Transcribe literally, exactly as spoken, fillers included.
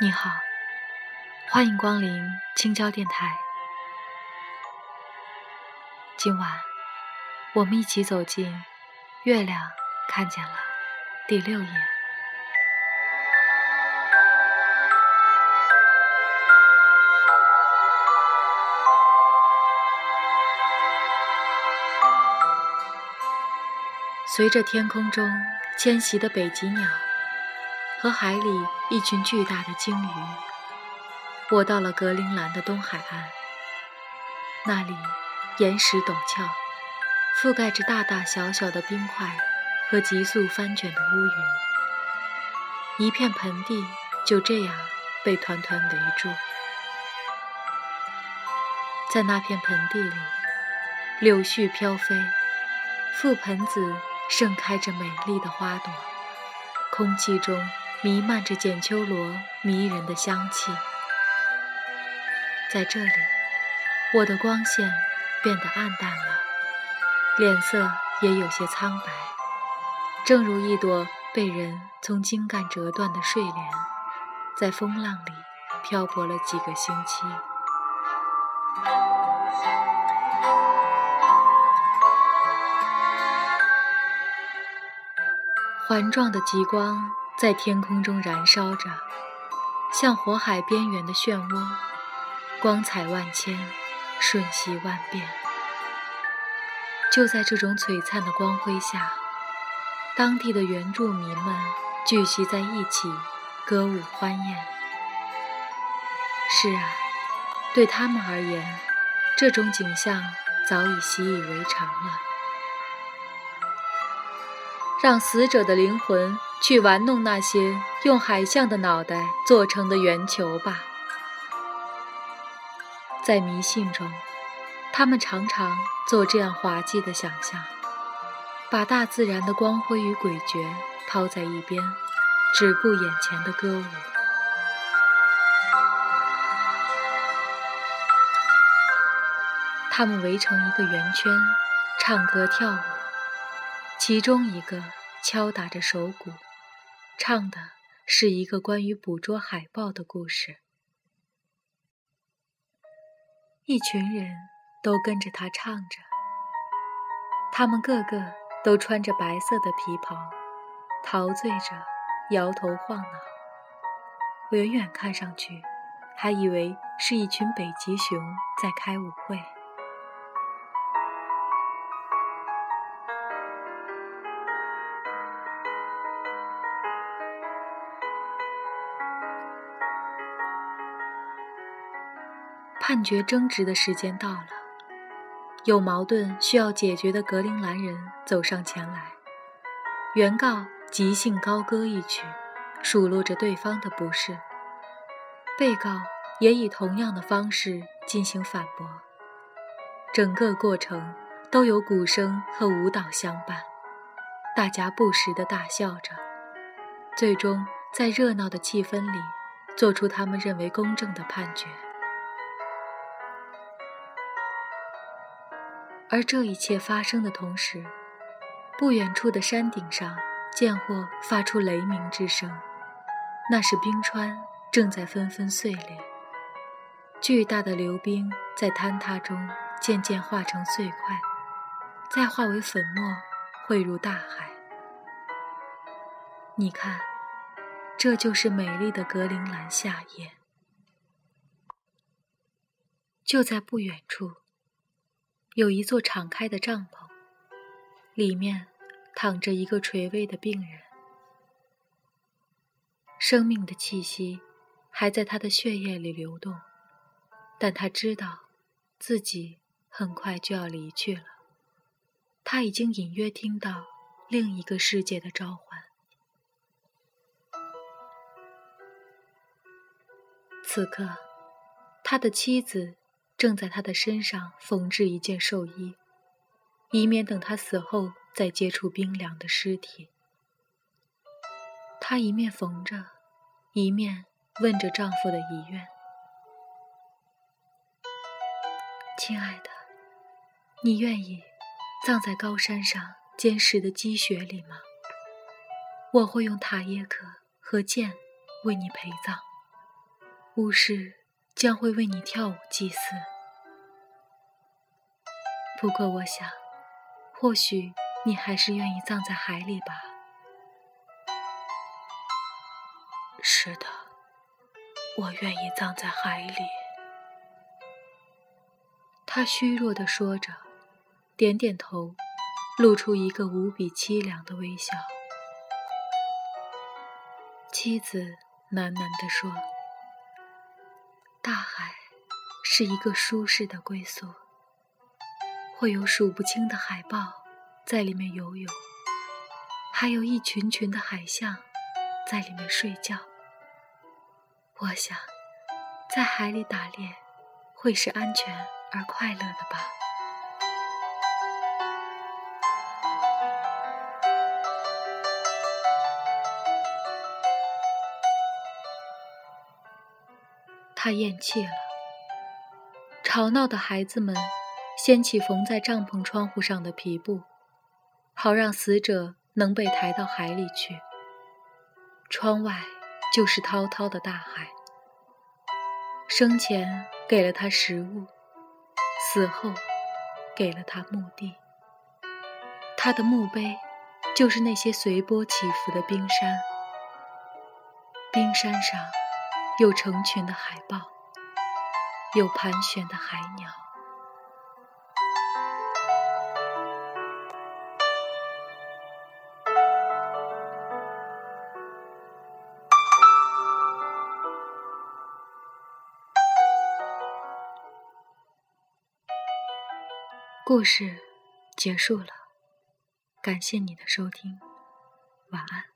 你好，欢迎光临青椒电台。今晚我们一起走进《月亮看见了》第六页。随着天空中迁徙的北极鸟和海里一群巨大的鲸鱼，我到了格陵兰的东海岸。那里岩石陡峭，覆盖着大大小小的冰块和急速翻卷的乌云，一片盆地就这样被团团围住。在那片盆地里，柳絮飘飞，覆盆子盛开着美丽的花朵，空气中弥漫着剪秋罗迷人的香气。在这里，我的光线变得暗淡了，脸色也有些苍白，正如一朵被人从茎干折断的睡莲，在风浪里漂泊了几个星期。环状的极光在天空中燃烧着，像火海边缘的漩涡，光彩万千，瞬息万变。就在这种璀璨的光辉下，当地的原住民们聚集在一起，歌舞欢宴。是啊，对他们而言，这种景象早已习以为常了。让死者的灵魂去玩弄那些用海象的脑袋做成的圆球吧。在迷信中，他们常常做这样滑稽的想象，把大自然的光辉与诡谲抛在一边，只顾眼前的歌舞。他们围成一个圆圈，唱歌跳舞，其中一个敲打着手鼓，唱的是一个关于捕捉海豹的故事。一群人都跟着他唱着，他们个个都穿着白色的皮袍，陶醉着，摇头晃脑。远远看上去，还以为是一群北极熊在开舞会。判决争执的时间到了，有矛盾需要解决的格陵兰人走上前来，原告即兴高歌一曲，数落着对方的不是，被告也以同样的方式进行反驳。整个过程都有鼓声和舞蹈相伴，大家不时地大笑着，最终在热闹的气氛里做出他们认为公正的判决。而这一切发生的同时，不远处的山顶上见或发出雷鸣之声，那是冰川正在纷纷碎裂，巨大的流冰在坍塌中渐渐化成碎块，再化为粉末汇入大海。你看，这就是美丽的格陵兰夏夜。就在不远处，有一座敞开的帐篷，里面躺着一个垂危的病人，生命的气息还在他的血液里流动，但他知道自己很快就要离去了。他已经隐约听到另一个世界的召唤。此刻，他的妻子正在他的身上缝制一件寿衣，以免等他死后再接触冰凉的尸体。她一面缝着，一面问着丈夫的遗愿。亲爱的，你愿意葬在高山上坚实的积雪里吗？我会用塔耶克和剑为你陪葬。 巫师将会为你跳舞祭祀。不过我想，或许你还是愿意葬在海里吧。是的，我愿意葬在海里。他虚弱地说着，点点头，露出一个无比凄凉的微笑。妻子喃喃地说，大海是一个舒适的归宿，会有数不清的海豹在里面游泳，还有一群群的海象在里面睡觉。我想，在海里打猎会是安全而快乐的吧。他咽气了。吵闹的孩子们掀起缝在帐篷窗户上的皮布，好让死者能被抬到海里去。窗外就是滔滔的大海，生前给了他食物，死后给了他墓地。他的墓碑就是那些随波起伏的冰山，冰山上有成群的海豹，有盘旋的海鸟。故事结束了，感谢你的收听，晚安。